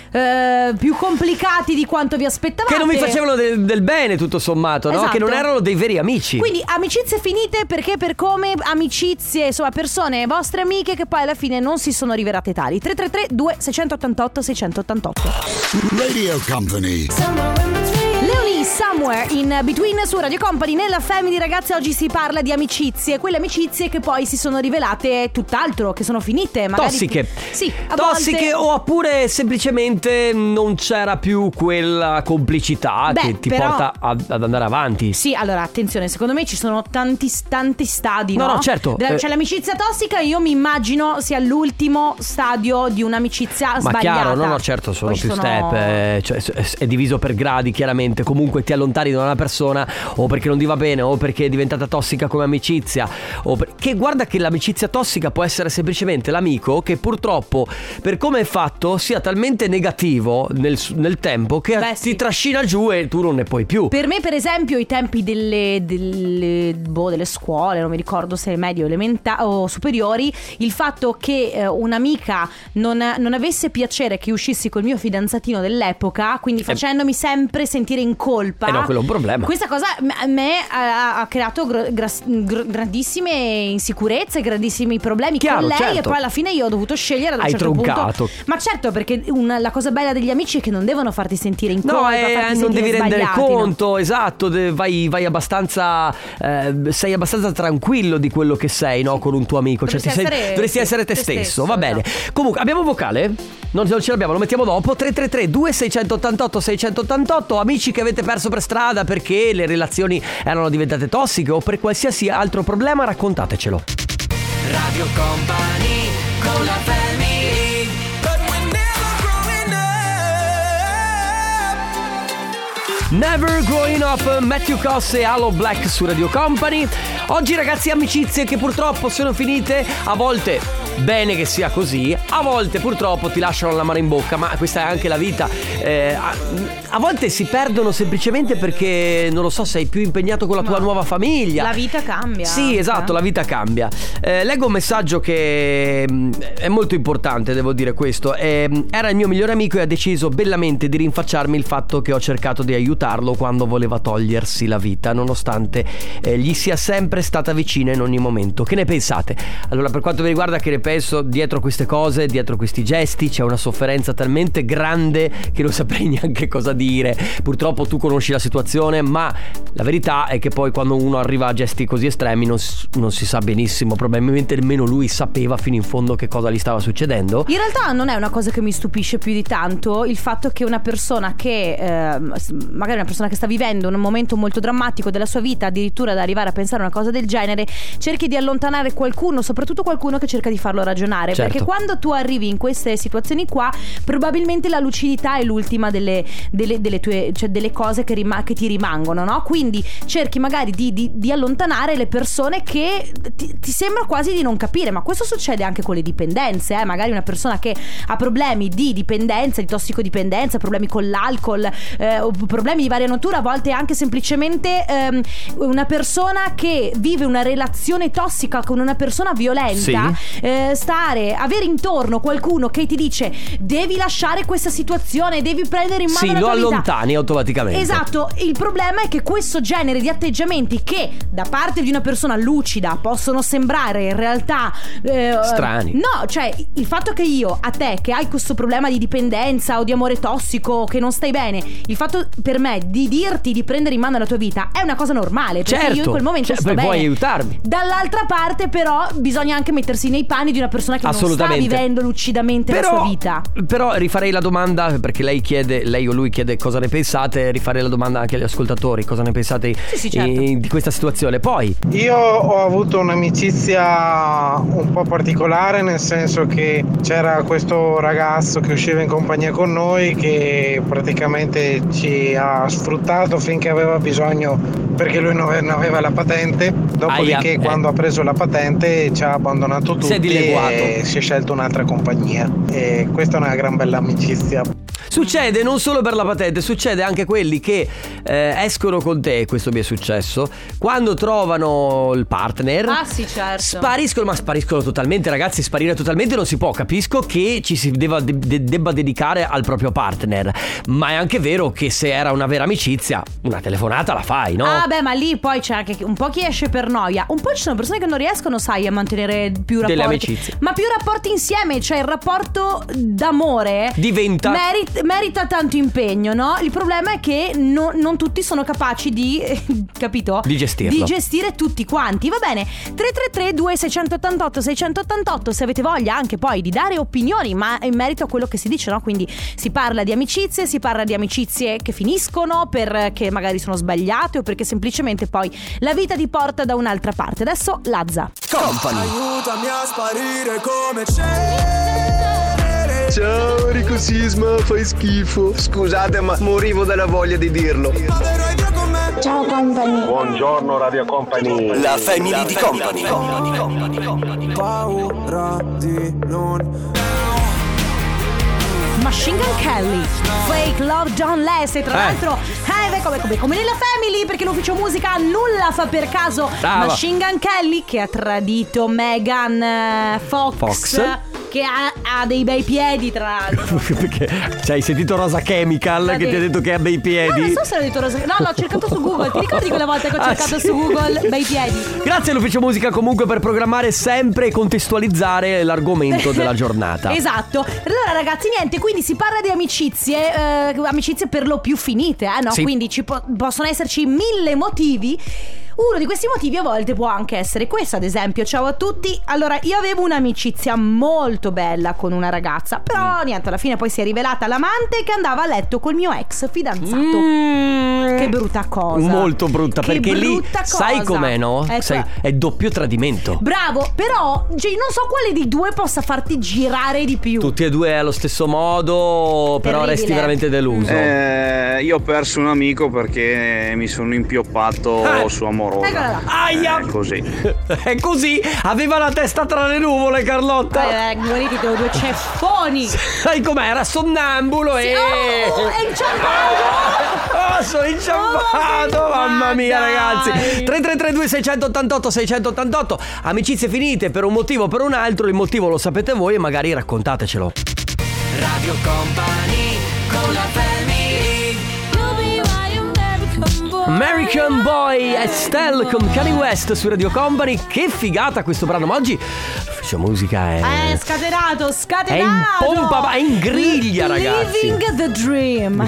[SPEAKER 2] eh, più complicati di quanto vi aspettavate,
[SPEAKER 1] che non vi facevano del, del bene, tutto sommato, no?
[SPEAKER 2] Esatto.
[SPEAKER 1] Che non erano dei veri amici.
[SPEAKER 2] Quindi amicizie finite perché per come, amicizie, insomma, persone, vostre amiche che poi alla fine non si sono rivelate tali. Tre tre tre due sei otto otto sei otto otto.
[SPEAKER 5] Radio Company.
[SPEAKER 2] Leonie, Somewhere in Between su Radio Company. Nella Family, ragazzi, oggi si parla di amicizie, quelle amicizie che poi si sono rivelate tutt'altro, che sono finite magari...
[SPEAKER 1] Tossiche.
[SPEAKER 2] Sì, a
[SPEAKER 1] Tossiche
[SPEAKER 2] volte...
[SPEAKER 1] oppure semplicemente non c'era più quella complicità.
[SPEAKER 2] Beh,
[SPEAKER 1] che ti
[SPEAKER 2] però...
[SPEAKER 1] porta ad, ad andare avanti.
[SPEAKER 2] Sì, allora, attenzione, secondo me ci sono tanti, tanti stadi, no?
[SPEAKER 1] No, no, certo.
[SPEAKER 2] Della,
[SPEAKER 1] Eh.
[SPEAKER 2] C'è l'amicizia tossica, io mi immagino sia l'ultimo stadio di un'amicizia
[SPEAKER 1] Ma
[SPEAKER 2] sbagliata.
[SPEAKER 1] chiaro, no, no, certo, sono
[SPEAKER 2] Poi
[SPEAKER 1] più
[SPEAKER 2] ci sono-
[SPEAKER 1] step, eh, cioè, è- è diviso per gradi, chiaramente. Comunque ti allontani da una persona o perché non ti va bene, o perché è diventata tossica come amicizia, o per... che guarda che l'amicizia tossica può essere semplicemente l'amico che purtroppo, per come è fatto, sia talmente negativo nel, nel tempo che
[SPEAKER 2] Beh,
[SPEAKER 1] ti
[SPEAKER 2] sì.
[SPEAKER 1] trascina giù e tu non ne puoi più.
[SPEAKER 2] Per me, per esempio, i tempi delle, delle, boh, delle scuole, non mi ricordo se medie o elementari o superiori, il fatto che eh, un'amica non, non avesse piacere che uscissi col mio fidanzatino dell'epoca, quindi facendomi sempre sentire in colpa.
[SPEAKER 1] Eh no, quello è un problema.
[SPEAKER 2] Questa cosa a me ha, ha creato gr- gras- gr- grandissime insicurezze, grandissimi problemi
[SPEAKER 1] Chiaro,
[SPEAKER 2] con lei,
[SPEAKER 1] certo.
[SPEAKER 2] e poi alla fine io ho dovuto scegliere ad un
[SPEAKER 1] Hai
[SPEAKER 2] certo
[SPEAKER 1] troncato.
[SPEAKER 2] punto. Ma certo, perché una, la cosa bella degli amici è che non devono farti sentire in colpa,
[SPEAKER 1] No, eh,
[SPEAKER 2] farti
[SPEAKER 1] non
[SPEAKER 2] sentire
[SPEAKER 1] devi rendere
[SPEAKER 2] sbagliati, no?
[SPEAKER 1] conto, esatto, de- vai, vai abbastanza, eh, sei abbastanza tranquillo di quello che sei, no? Con un tuo amico, cioè,
[SPEAKER 2] Dovresti
[SPEAKER 1] ti sei-
[SPEAKER 2] essere-
[SPEAKER 1] dovresti
[SPEAKER 2] sì,
[SPEAKER 1] essere te
[SPEAKER 2] te
[SPEAKER 1] stesso,
[SPEAKER 2] stesso,
[SPEAKER 1] va bene.
[SPEAKER 2] esatto.
[SPEAKER 1] Comunque, abbiamo un vocale? Non, non ce l'abbiamo, lo mettiamo dopo. Tre tre tre due sei otto otto sei otto otto. Amici che avete perso per strada perché le relazioni erano diventate tossiche o per qualsiasi altro problema, raccontatecelo.
[SPEAKER 3] Radio Company con la family.
[SPEAKER 1] Never Growing Up, Matthew Coss e Halo Black su Radio Company. Oggi, ragazzi, amicizie che purtroppo sono finite. A volte bene che sia così, a volte purtroppo ti lasciano la mano in bocca, ma questa è anche la vita. eh, a, a volte si perdono semplicemente perché, non lo so, sei più impegnato con la tua
[SPEAKER 2] Ma
[SPEAKER 1] nuova famiglia.
[SPEAKER 2] La vita cambia.
[SPEAKER 1] Sì, esatto,
[SPEAKER 2] Eh.
[SPEAKER 1] la vita cambia. Eh, leggo un messaggio che mh, è molto importante, devo dire questo. Eh, era il mio migliore amico e ha deciso bellamente di rinfacciarmi il fatto che ho cercato di aiutarlo quando voleva togliersi la vita, nonostante eh, gli sia sempre stata vicina in ogni momento. Che ne pensate? Allora, per quanto mi riguarda, che ne penso spesso dietro queste cose, dietro questi gesti c'è una sofferenza talmente grande che non saprei neanche cosa dire. Purtroppo tu conosci la situazione, ma la verità è che poi quando uno arriva a gesti così estremi non, non si sa benissimo, probabilmente nemmeno lui sapeva fino in fondo che cosa gli stava succedendo.
[SPEAKER 2] In realtà non è una cosa che mi stupisce più di tanto il fatto che una persona che eh, magari una persona che sta vivendo un momento molto drammatico della sua vita, addirittura da arrivare a pensare a una cosa del genere, cerchi di allontanare qualcuno, soprattutto qualcuno che cerca di farlo ragionare.
[SPEAKER 1] Certo.
[SPEAKER 2] Perché quando tu arrivi in queste situazioni qua, probabilmente la lucidità è l'ultima delle, delle, delle tue, cioè delle cose che, rima- che ti rimangono, no? Quindi cerchi magari di, di, di allontanare le persone che ti, ti sembra quasi di non capire. Ma questo succede anche con le dipendenze, eh? Magari una persona che ha problemi di dipendenza, di tossicodipendenza, problemi con l'alcol, eh, o problemi di varia natura, a volte anche semplicemente ehm, una persona che vive una relazione tossica con una persona violenta, sì. eh, stare, avere intorno qualcuno che ti dice devi lasciare questa situazione, devi prendere in mano
[SPEAKER 1] sì,
[SPEAKER 2] la
[SPEAKER 1] tua
[SPEAKER 2] tua
[SPEAKER 1] vita. Sì, lo allontani automaticamente.
[SPEAKER 2] Esatto, il problema è che questo genere di atteggiamenti che da parte di una persona lucida possono sembrare in realtà eh,
[SPEAKER 1] strani.
[SPEAKER 2] No, cioè il fatto che io, a te che hai questo problema di dipendenza o di amore tossico, che non stai bene, il fatto per me di dirti di prendere in mano la tua vita è una cosa normale, perché
[SPEAKER 1] certo,
[SPEAKER 2] io in quel momento
[SPEAKER 1] cioè,
[SPEAKER 2] sto bene.
[SPEAKER 1] Puoi aiutarmi.
[SPEAKER 2] Dall'altra parte però bisogna anche mettersi nei panni di una persona che non sta vivendo lucidamente però, la sua vita.
[SPEAKER 1] Però rifarei la domanda, perché lei chiede, lei o lui chiede cosa ne pensate, rifarei la domanda anche agli ascoltatori, cosa ne pensate
[SPEAKER 2] sì, sì, certo.
[SPEAKER 1] in, di questa situazione. Poi
[SPEAKER 9] io ho avuto un'amicizia un po' particolare, nel senso che c'era questo ragazzo che usciva in compagnia con noi che praticamente ci ha sfruttato finché aveva bisogno, perché lui non aveva la patente. Dopodiché Aia, quando eh. ha preso la patente ci ha abbandonato tutti e si è scelto un'altra compagnia, e questa è una gran bella amicizia.
[SPEAKER 1] Succede non solo per la patente, succede anche quelli che eh, escono con te, questo mi è successo, quando trovano il partner.
[SPEAKER 2] Ah sì, certo.
[SPEAKER 1] Spariscono, ma spariscono totalmente, ragazzi, sparire totalmente non si può. Capisco che ci si debba, de- debba dedicare al proprio partner, ma è anche vero che se era una vera amicizia, una telefonata la fai, no?
[SPEAKER 2] Ah beh, ma lì poi c'è anche un po' chi esce per noia, un po' ci sono persone che non riescono, sai, a mantenere più rapporti,
[SPEAKER 1] delle amicizie,
[SPEAKER 2] ma più rapporti insieme, cioè il rapporto d'amore
[SPEAKER 1] diventa
[SPEAKER 2] merit- merita tanto impegno, no? Il problema è che no, non tutti sono capaci di capito?
[SPEAKER 1] Di gestirlo.
[SPEAKER 2] Di gestire tutti quanti. Va bene. tre tre tre due sei otto otto sei otto otto se avete voglia anche poi di dare opinioni, ma in merito a quello che si dice, no? Quindi si parla di amicizie, si parla di amicizie che finiscono perché magari sono sbagliate o perché semplicemente poi la vita ti porta da un'altra parte. Adesso Lazza
[SPEAKER 1] Company.
[SPEAKER 10] Aiutami a sparire come c'è.
[SPEAKER 11] Ciao Enrico Sisma, fai schifo. Scusate ma morivo dalla voglia di dirlo.
[SPEAKER 12] Ciao Company.
[SPEAKER 13] Buongiorno Radio Company.
[SPEAKER 11] La family di Company.
[SPEAKER 10] Paura di non.
[SPEAKER 2] Machine Gun Kelly, Fake Love Don't Last. E tra
[SPEAKER 1] eh.
[SPEAKER 2] l'altro eh, come, come, come nella Family, perché l'ufficio musica nulla fa per caso.
[SPEAKER 1] Brava.
[SPEAKER 2] Machine Gun Kelly che ha tradito Megan Fox,
[SPEAKER 1] Fox.
[SPEAKER 2] Che ha, ha dei bei piedi, tra l'altro.
[SPEAKER 1] Perché cioè, hai sentito Rosa Chemical
[SPEAKER 2] Ma
[SPEAKER 1] che
[SPEAKER 2] dei...
[SPEAKER 1] ti ha detto che ha bei piedi?
[SPEAKER 2] No, non so se l'ho detto Rosa. No, l'ho cercato su Google. Ti ricordi quella volta che ho
[SPEAKER 1] ah,
[SPEAKER 2] cercato
[SPEAKER 1] sì?
[SPEAKER 2] su Google bei piedi?
[SPEAKER 1] Grazie all'ufficio musica comunque per programmare sempre e contestualizzare l'argomento della giornata.
[SPEAKER 2] Esatto. Allora ragazzi, niente, quindi si parla di amicizie, eh, amicizie per lo più finite, eh, no?
[SPEAKER 1] Sì.
[SPEAKER 2] Quindi ci po- possono esserci mille motivi. Uno di questi motivi a volte può anche essere questo, ad esempio. Ciao a tutti. Allora, io avevo un'amicizia molto bella con una ragazza, però niente, alla fine poi si è rivelata l'amante che andava a letto col mio ex fidanzato. mm. Che brutta cosa.
[SPEAKER 1] Molto brutta,
[SPEAKER 2] che
[SPEAKER 1] perché lì
[SPEAKER 2] brutta cosa.
[SPEAKER 1] sai com'è, no?
[SPEAKER 2] Ecco.
[SPEAKER 1] Sai, è doppio tradimento.
[SPEAKER 2] Bravo, però cioè, non so quale dei due possa farti girare di più.
[SPEAKER 1] Tutti e due allo stesso modo, però
[SPEAKER 2] Terribile.
[SPEAKER 1] resti veramente deluso.
[SPEAKER 13] Eh, io ho perso un amico perché mi sono impioppato
[SPEAKER 1] Ah.
[SPEAKER 13] su amorosa.
[SPEAKER 2] Eccola là.
[SPEAKER 1] Aia!
[SPEAKER 13] È così.
[SPEAKER 1] È così? Aveva la testa tra le nuvole, Carlotta.
[SPEAKER 2] Eh, guariti, due ceffoni.
[SPEAKER 1] Sai com'è? Era sonnambulo
[SPEAKER 2] Sì,
[SPEAKER 1] e...
[SPEAKER 2] oh, è inciampato.
[SPEAKER 1] Oh, sono inciampato.
[SPEAKER 2] Oh,
[SPEAKER 1] Mamma mia,
[SPEAKER 2] dai.
[SPEAKER 1] ragazzi. tre tre tre due sei otto otto sei otto otto. Amicizie finite per un motivo o per un altro. Il motivo lo sapete voi e magari raccontatecelo.
[SPEAKER 3] Radio Company con la family.
[SPEAKER 1] American Boy Estelle con Kanye West su Radio Company. Che figata questo brano. Ma oggi Questa musica è
[SPEAKER 2] È scatenato, scatenato.
[SPEAKER 1] È in pompa, è in griglia, ragazzi.
[SPEAKER 2] Living the dream.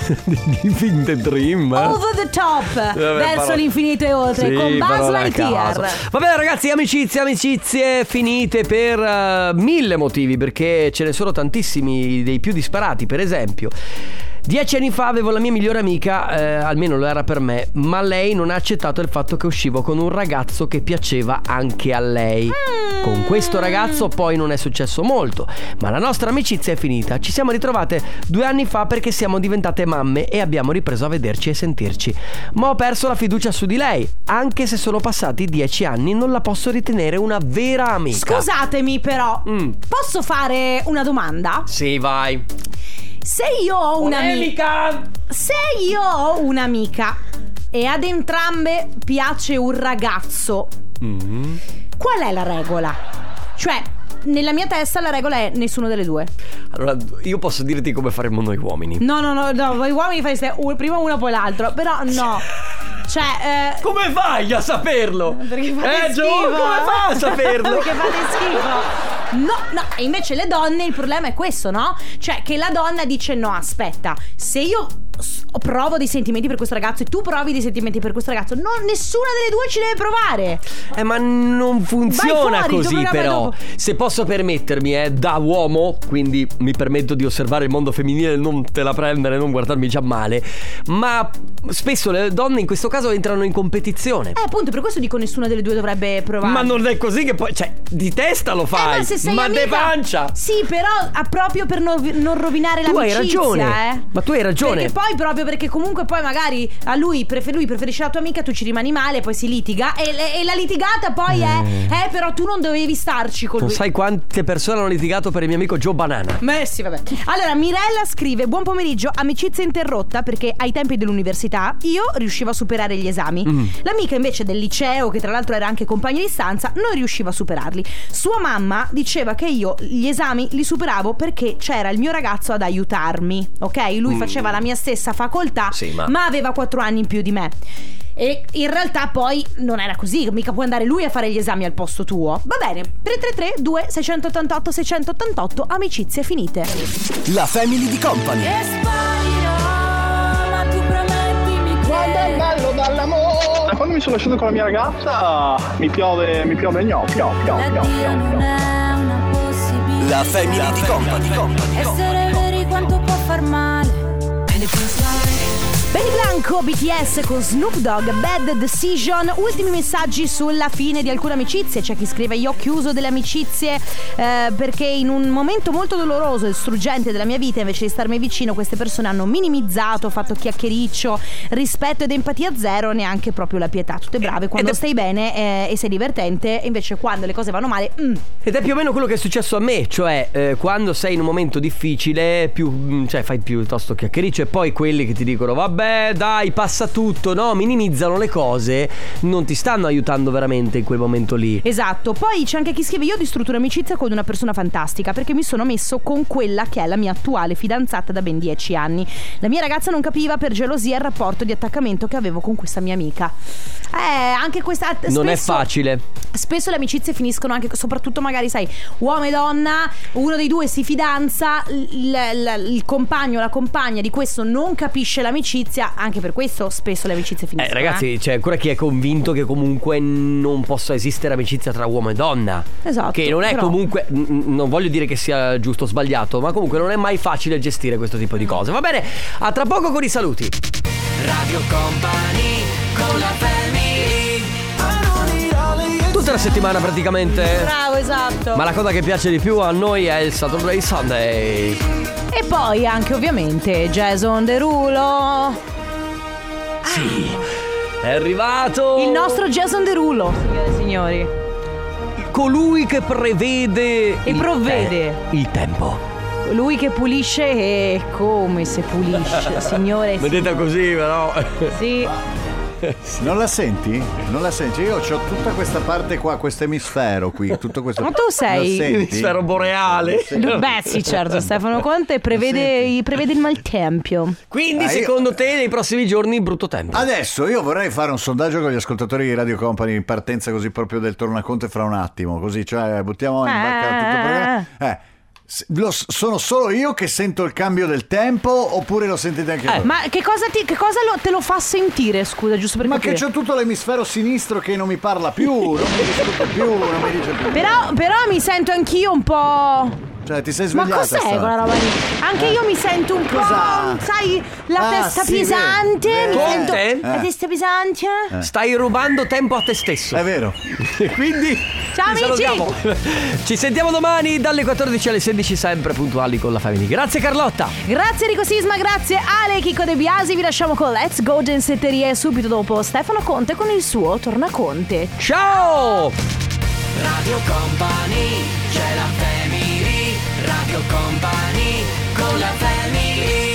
[SPEAKER 1] Living the dream.
[SPEAKER 2] Over the top.
[SPEAKER 1] Vabbè,
[SPEAKER 2] verso
[SPEAKER 1] parole.
[SPEAKER 2] l'infinito e oltre,
[SPEAKER 1] Sì,
[SPEAKER 2] con Buzz
[SPEAKER 1] parole a
[SPEAKER 2] Lightyear.
[SPEAKER 1] caso. Va bene ragazzi, amicizie, amicizie finite per uh, mille motivi, perché ce ne sono tantissimi, dei più disparati. Per esempio, dieci anni fa avevo la mia migliore amica, eh, almeno lo era per me, ma lei non ha accettato il fatto che uscivo con un ragazzo che piaceva anche a lei.
[SPEAKER 2] Mm.
[SPEAKER 1] Con questo ragazzo poi non è successo molto, ma la nostra amicizia è finita. Ci siamo ritrovate due anni fa perché siamo diventate mamme e abbiamo ripreso a vederci e sentirci. Ma ho perso la fiducia su di lei. Anche se sono passati dieci anni, non la posso ritenere una vera amica.
[SPEAKER 2] Scusatemi però,
[SPEAKER 1] Mm.
[SPEAKER 2] posso fare una domanda?
[SPEAKER 1] Sì, vai.
[SPEAKER 2] Se io ho un'amica, se io ho un'amica e ad entrambe piace un ragazzo,
[SPEAKER 1] Mm.
[SPEAKER 2] qual è la regola? Cioè, nella mia testa la regola è nessuno delle due.
[SPEAKER 1] Allora, io posso dirti come faremmo noi uomini.
[SPEAKER 2] No, no, no, no, voi uomini fareste un- prima uno poi l'altro. Però no. Cioè, eh,
[SPEAKER 1] Come fai a saperlo?
[SPEAKER 2] perché fate
[SPEAKER 1] Eh, Gio,
[SPEAKER 2] schifo.
[SPEAKER 1] come fai a saperlo?
[SPEAKER 2] Perché fate schifo. No, no, e invece le donne il problema è questo, no? Cioè che la donna dice no, aspetta, se io s- provo dei sentimenti per questo ragazzo e tu provi dei sentimenti per questo ragazzo, no, nessuna delle due ci deve provare.
[SPEAKER 1] Eh, ma non funziona
[SPEAKER 2] Vai fuori,
[SPEAKER 1] così,
[SPEAKER 2] dove la
[SPEAKER 1] però.
[SPEAKER 2] vedo?
[SPEAKER 1] Se posso permettermi, eh, da uomo, quindi mi permetto di osservare il mondo femminile, non te la prendere, non guardarmi già male. Ma spesso le donne in questo caso entrano in competizione.
[SPEAKER 2] Eh, appunto, per questo dico nessuna delle due dovrebbe provare.
[SPEAKER 1] Ma non è così che poi, cioè, di testa lo fai.
[SPEAKER 2] Eh, ma se sei
[SPEAKER 1] ma
[SPEAKER 2] amica,
[SPEAKER 1] de pancia.
[SPEAKER 2] Sì, però ah, proprio per non, non rovinare
[SPEAKER 1] Tu hai
[SPEAKER 2] l'amicizia,
[SPEAKER 1] ragione.
[SPEAKER 2] eh.
[SPEAKER 1] Ma tu hai ragione.
[SPEAKER 2] Perché poi proprio perché comunque poi magari a lui, prefer- lui preferisce la tua amica, tu ci rimani male, poi si litiga e, e- e la litigata poi è Eh però tu non dovevi starci con
[SPEAKER 1] Non
[SPEAKER 2] lui.
[SPEAKER 1] sai quante persone hanno litigato per il mio amico Joe Banana.
[SPEAKER 2] Beh sì, vabbè. Allora Mirella scrive: buon pomeriggio, amicizia interrotta perché ai tempi dell'università io riuscivo a superare gli esami.
[SPEAKER 1] Mm.
[SPEAKER 2] L'amica invece del liceo, che tra l'altro era anche compagna di stanza, non riusciva a superarli. Sua mamma diceva che io gli esami li superavo perché c'era il mio ragazzo ad aiutarmi. Ok? Lui
[SPEAKER 1] Mm.
[SPEAKER 2] faceva la mia stessa facoltà,
[SPEAKER 1] Sì, ma-
[SPEAKER 2] ma aveva quattro anni in più di me. E in realtà poi non era così, mica può andare lui a fare gli esami al posto tuo. Va bene, tre tre tre due sei otto otto sei otto otto, amicizie finite.
[SPEAKER 3] La Family di Company.
[SPEAKER 8] Quando è bello dall'amore. Quando mi sono lasciato con la mia ragazza mi piove, mi piove gno, pio, pio, pio, pio.
[SPEAKER 3] La Family di Company.
[SPEAKER 6] Essere veri quanto può far male.
[SPEAKER 2] Benny Blanco, B T S con Snoop Dogg, Bad Decision. Ultimi messaggi sulla fine di alcune amicizie. C'è chi scrive: io ho chiuso delle amicizie eh, perché in un momento molto doloroso e struggente della mia vita, invece di starmi vicino, queste persone hanno minimizzato, fatto chiacchiericcio, rispetto ed empatia zero, neanche proprio la pietà. Tutte brave quando
[SPEAKER 1] Ed è-
[SPEAKER 2] stai bene eh, e sei divertente, invece quando le cose vanno male mm.
[SPEAKER 1] Ed è più o meno quello che è successo a me. Cioè eh, quando sei in un momento difficile più, mm, cioè fai piuttosto chiacchiericcio. E poi quelli che ti dicono vabbè dai passa tutto, no, minimizzano le cose, non ti stanno aiutando veramente in quel momento lì.
[SPEAKER 2] Esatto. Poi c'è anche chi scrive: io ho distrutto un'amicizia con una persona fantastica perché mi sono messo con quella che è la mia attuale fidanzata da ben dieci anni. La mia ragazza non capiva per gelosia il rapporto di attaccamento che avevo con questa mia amica. Eh, anche questa
[SPEAKER 1] Non è
[SPEAKER 2] spesso-
[SPEAKER 1] facile.
[SPEAKER 2] Spesso le amicizie finiscono anche, soprattutto magari sai, uomo e donna, uno dei due si fidanza, il, il- il compagno o la compagna di questo non capisce l'amicizia, anche per questo spesso le amicizie
[SPEAKER 1] Eh,
[SPEAKER 2] finiscono.
[SPEAKER 1] ragazzi, c'è ancora chi è convinto che comunque non possa esistere amicizia tra uomo e donna.
[SPEAKER 2] Esatto,
[SPEAKER 1] Che non è
[SPEAKER 2] però-
[SPEAKER 1] comunque, n- non voglio dire che sia giusto o sbagliato, ma comunque non è mai facile gestire questo tipo di cose. Va bene, a tra poco con i saluti.
[SPEAKER 3] Radio Company con la family.
[SPEAKER 1] Tutta la settimana praticamente.
[SPEAKER 2] Bravo, esatto.
[SPEAKER 1] Ma la cosa che piace di più a noi è il Saturday Sunday.
[SPEAKER 2] E poi anche ovviamente Jason Derulo.
[SPEAKER 1] Sì, è arrivato
[SPEAKER 2] Il nostro Jason Derulo, signore e signori.
[SPEAKER 1] colui che prevede
[SPEAKER 2] E
[SPEAKER 1] il
[SPEAKER 2] provvede.
[SPEAKER 1] te- il tempo.
[SPEAKER 2] Lui che pulisce e come se pulisce, signore.
[SPEAKER 1] Vedete così però.
[SPEAKER 2] Sì.
[SPEAKER 14] Non la senti? Non la senti? Io ho tutta questa parte qua, questo emisfero qui, tutto questo.
[SPEAKER 2] Ma tu sei
[SPEAKER 1] l'emisfero boreale.
[SPEAKER 2] Beh sì, certo, Stefano Conte prevede, prevede il maltempio.
[SPEAKER 1] Quindi
[SPEAKER 14] Ah, io-
[SPEAKER 1] secondo te nei prossimi giorni brutto tempo?
[SPEAKER 14] Adesso io vorrei fare un sondaggio con gli ascoltatori di Radio Company in partenza così proprio del Tornaconte fra un attimo, così cioè buttiamo in bacca tutto il programma. Eh, s- lo s- sono solo io che sento il cambio del tempo oppure lo sentite anche voi?
[SPEAKER 2] Ma che cosa, ti, che cosa lo- te lo fa sentire, scusa, giusto per
[SPEAKER 14] Ma
[SPEAKER 2] capire?
[SPEAKER 14] che c'ho tutto l'emisfero sinistro che non mi parla più, non mi discute più, non mi dice più.
[SPEAKER 2] Però, però mi sento anch'io un po'...
[SPEAKER 14] Cioè ti sei
[SPEAKER 2] Ma
[SPEAKER 14] svegliata
[SPEAKER 2] cos'è
[SPEAKER 14] stamattina?
[SPEAKER 2] quella roba lì? Anche
[SPEAKER 14] Eh?
[SPEAKER 2] io mi sento un
[SPEAKER 14] Cosa?
[SPEAKER 2] po', sai, la
[SPEAKER 14] Ah,
[SPEAKER 2] testa
[SPEAKER 14] sì,
[SPEAKER 2] pesante.
[SPEAKER 14] vero,
[SPEAKER 2] Mi
[SPEAKER 14] vero.
[SPEAKER 2] sento
[SPEAKER 1] Conte?
[SPEAKER 2] la
[SPEAKER 14] Eh.
[SPEAKER 2] testa pesante.
[SPEAKER 14] Eh.
[SPEAKER 1] Stai rubando tempo a te stesso.
[SPEAKER 14] È vero.
[SPEAKER 1] Quindi
[SPEAKER 2] Ciao,
[SPEAKER 1] ci
[SPEAKER 2] amici.
[SPEAKER 1] salutiamo. Ci sentiamo domani dalle quattordici alle sedici, sempre puntuali con la Family. Grazie Carlotta.
[SPEAKER 2] Grazie Enrico Sisma, grazie Ale Chicco De Biasi. Vi lasciamo con Let's Go Gensetterie subito dopo Stefano Conte con il suo Tornaconte.
[SPEAKER 1] Ciao.
[SPEAKER 3] Radio Company, c'è la family. Radio Company, con la family.